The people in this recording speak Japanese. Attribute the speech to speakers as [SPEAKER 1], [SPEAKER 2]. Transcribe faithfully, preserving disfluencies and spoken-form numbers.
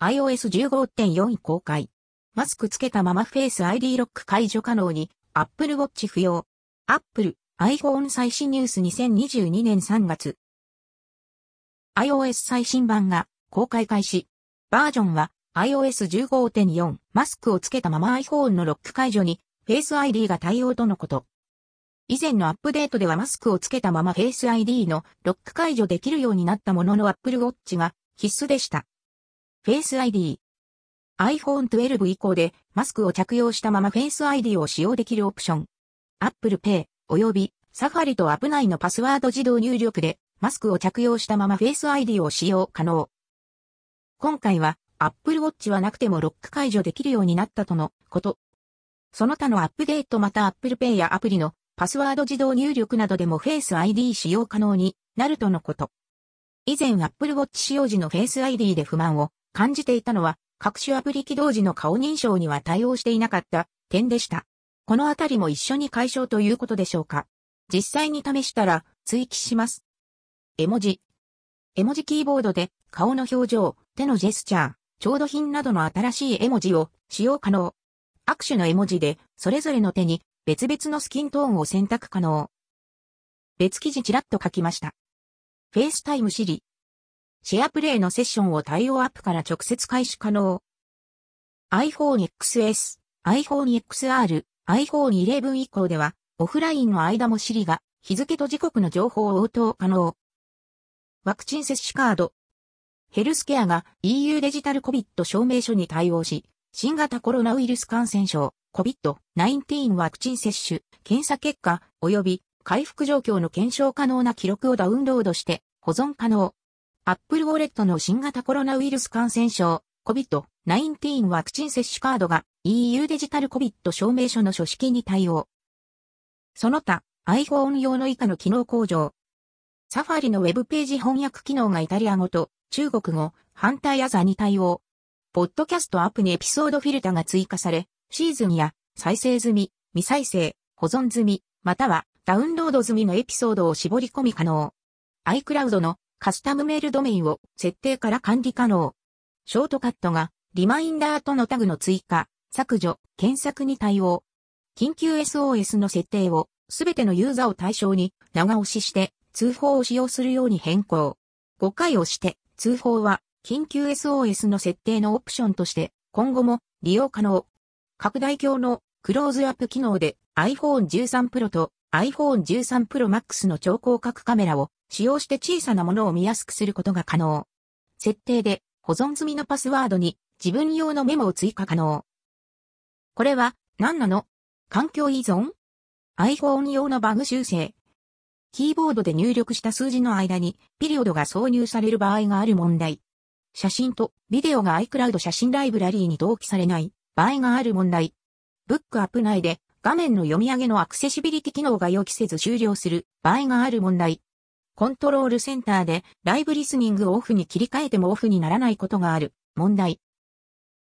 [SPEAKER 1] アイオーエスじゅうごてんよん 公開。マスクつけたままフェイス アイディー ロック解除可能に、Apple Watch 不要。Apple、iPhone 最新ニュースにせんにじゅうにねんさんがつ。iOS 最新版が公開開始。バージョンは アイオーエスじゅうごてんよん。マスクをつけたまま iPhone のロック解除に Face アイディー が対応とのこと。以前のアップデートではマスクをつけたまま Face アイディー のロック解除できるようになったものの Apple Watch が必須でした。Face アイディー。iPhone じゅうに以降でマスクを着用したまま Face アイディー を使用できるオプション。Apple Pay 及び Safari と App 内のパスワード自動入力でマスクを着用したまま Face アイディー を使用可能。今回は Apple Watch はなくてもロック解除できるようになったとのこと。その他のアップデートまた Apple Pay やアプリのパスワード自動入力などでも Face アイディー 使用可能になるとのこと。以前 Apple Watch 使用時の Face アイディー で不満を感じていたのは各種アプリ起動時の顔認証には対応していなかった点でした。このあたりも一緒に解消ということでしょうか。実際に試したら追記します。絵文字。絵文字キーボードで顔の表情、手のジェスチャー、調度品などの新しい絵文字を使用可能。握手の絵文字でそれぞれの手に別々のスキントーンを選択可能。別記事ちらっと書きました。FaceTime Siri。シェアプレイのセッションを対応アップから直接開始可能。iPhone エックスエス、iPhone エックスアール、iPhone じゅういち以降ではオフラインの間も Siri が日付と時刻の情報を応答可能。ワクチン接種カード。ヘルスケアが イーユー デジタル COVID 証明書に対応し、新型コロナウイルス感染症 コビッドナインティーン ワクチン接種、検査結果及び回復状況の検証可能な記録をダウンロードして保存可能。Apple Wallet の新型コロナウイルス感染症 コビッドナインティーン ワクチン接種カードが イーユー デジタル COVID 証明書の書式に対応。その他 iPhone 用の以下の機能向上。Safari のウェブページ翻訳機能がイタリア語と中国語、反対アザに対応。ポッドキャストアップにエピソードフィルタが追加され、シーズンや再生済み、未再生、保存済み、またはダウンロード済みのエピソードを絞り込み可能。iCloud のカスタムメールドメインを設定から管理可能。ショートカットがリマインダーとのタグの追加、削除、検索に対応。緊急 エスオーエス の設定をすべてのユーザーを対象に長押しして通報を使用するように変更。ごかい押して通報は緊急 エスオーエス の設定のオプションとして今後も利用可能。拡大鏡のクローズアップ機能で iPhone じゅうさん Pro と iPhone じゅうさん Pro Max の超広角カメラを使用して小さなものを見やすくすることが可能。設定で保存済みのパスワードに自分用のメモを追加可能。これは何なの？環境依存？ iPhone 用のバグ修正。キーボードで入力した数字の間にピリオドが挿入される場合がある問題。写真とビデオが iCloud 写真ライブラリーに同期されない場合がある問題。ブックアップ内で画面の読み上げのアクセシビリティ機能が予期せず終了する場合がある問題。コントロールセンターでライブリスニングをオフに切り替えてもオフにならないことがある問題。